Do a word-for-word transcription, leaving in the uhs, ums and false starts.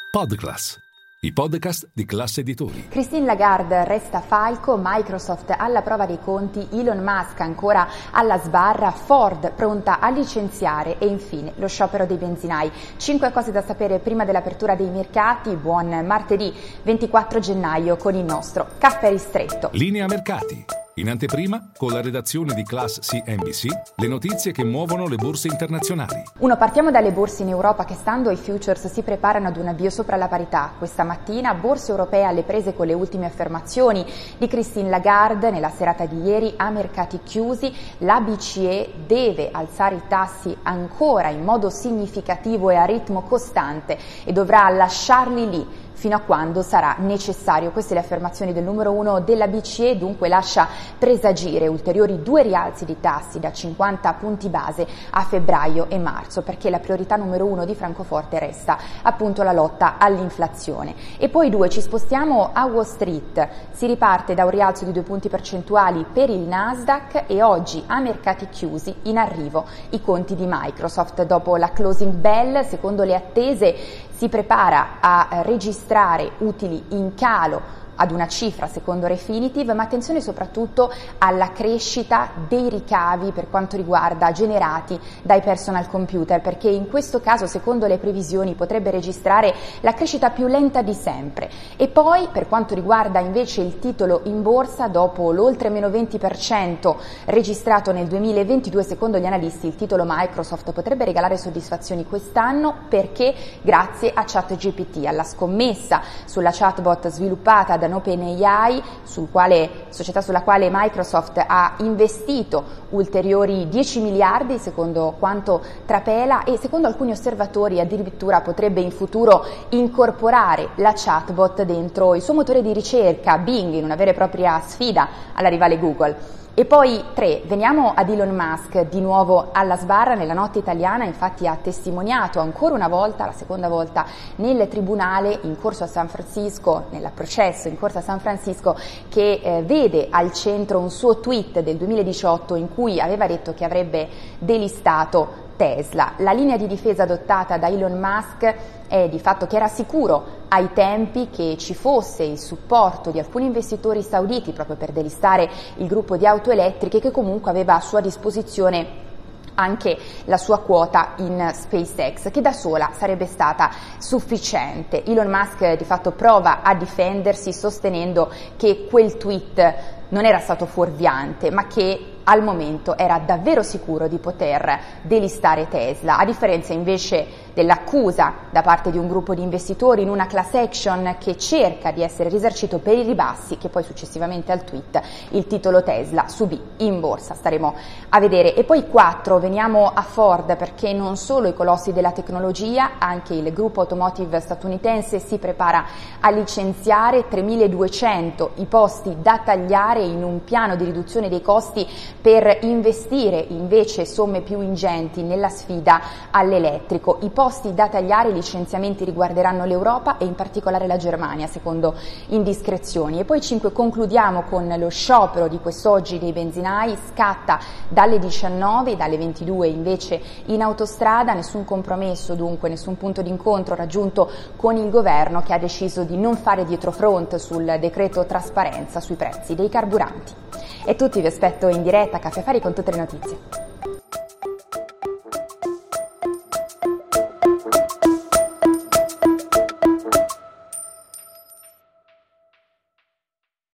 Podclass, i podcast di Class Editori. Christine Lagarde resta falco, Microsoft alla prova dei conti, Elon Musk ancora alla sbarra, Ford pronta a licenziare e infine lo sciopero dei benzinai. Cinque cose da sapere prima dell'apertura dei mercati. Buon martedì ventiquattro gennaio con il nostro caffè ristretto. Linea mercati. In anteprima, con la redazione di Class C N B C, le notizie che muovono le borse internazionali. Uno, partiamo dalle borse in Europa che, stando ai futures, si preparano ad un avvio sopra la parità. Questa mattina borse europee alle prese con le ultime affermazioni di Christine Lagarde. Nella serata di ieri, a mercati chiusi, la B C E deve alzare i tassi ancora in modo significativo e a ritmo costante e dovrà lasciarli lì fino a quando sarà necessario. Queste le affermazioni del numero uno della B C E, dunque lascia presagire ulteriori due rialzi di tassi da cinquanta punti base a febbraio e marzo, perché la priorità numero uno di Francoforte resta appunto la lotta all'inflazione. E poi due, ci spostiamo a Wall Street, si riparte da un rialzo di due punti percentuali per il Nasdaq e oggi a mercati chiusi in arrivo i conti di Microsoft. Dopo la closing bell, secondo le attese, si prepara a registrare utili in calo ad una cifra secondo Refinitiv, ma attenzione soprattutto alla crescita dei ricavi per quanto riguarda generati dai personal computer, perché in questo caso secondo le previsioni potrebbe registrare la crescita più lenta di sempre. E poi per quanto riguarda invece il titolo in borsa, dopo l'oltre meno venti per cento registrato nel duemilaventidue, secondo gli analisti il titolo Microsoft potrebbe regalare soddisfazioni quest'anno, perché grazie a ChatGPT, alla scommessa sulla chatbot sviluppata da OpenAI, sul quale, società sulla quale Microsoft ha investito ulteriori dieci miliardi secondo quanto trapela, e secondo alcuni osservatori addirittura potrebbe in futuro incorporare la chatbot dentro il suo motore di ricerca Bing, in una vera e propria sfida alla rivale Google. E poi tre, veniamo ad Elon Musk, di nuovo alla sbarra. Nella notte italiana infatti ha testimoniato ancora una volta, la seconda volta nel tribunale in corso a San Francisco, nel processo in corso a San Francisco, che eh, vede al centro un suo tweet del duemiladiciotto in cui aveva detto che avrebbe delistato Tesla. La linea di difesa adottata da Elon Musk è di fatto che era sicuro ai tempi che ci fosse il supporto di alcuni investitori sauditi proprio per delistare il gruppo di auto elettriche, che comunque aveva a sua disposizione anche la sua quota in SpaceX, che da sola sarebbe stata sufficiente. Elon Musk di fatto prova a difendersi sostenendo che quel tweet non era stato fuorviante, ma che al momento era davvero sicuro di poter delistare Tesla, a differenza invece dell'accusa da parte di un gruppo di investitori in una class action che cerca di essere risarcito per i ribassi che poi successivamente al tweet il titolo Tesla subì in borsa. Staremo a vedere. E poi quattro, veniamo a Ford, perché non solo i colossi della tecnologia, anche il gruppo automotive statunitense si prepara a licenziare tremiladuecento i posti da tagliare in un piano di riduzione dei costi per investire invece somme più ingenti nella sfida all'elettrico. I posti da tagliare, i licenziamenti riguarderanno l'Europa e in particolare la Germania, secondo indiscrezioni. E poi cinque, concludiamo con lo sciopero di quest'oggi dei benzinai, scatta dalle diciannove, dalle ventidue invece in autostrada. Nessun compromesso dunque, nessun punto d'incontro raggiunto con il governo, che ha deciso di non fare dietrofront sul decreto trasparenza sui prezzi dei carburanti. E tutti vi aspetto in diretta a Caffè Affari con tutte le notizie.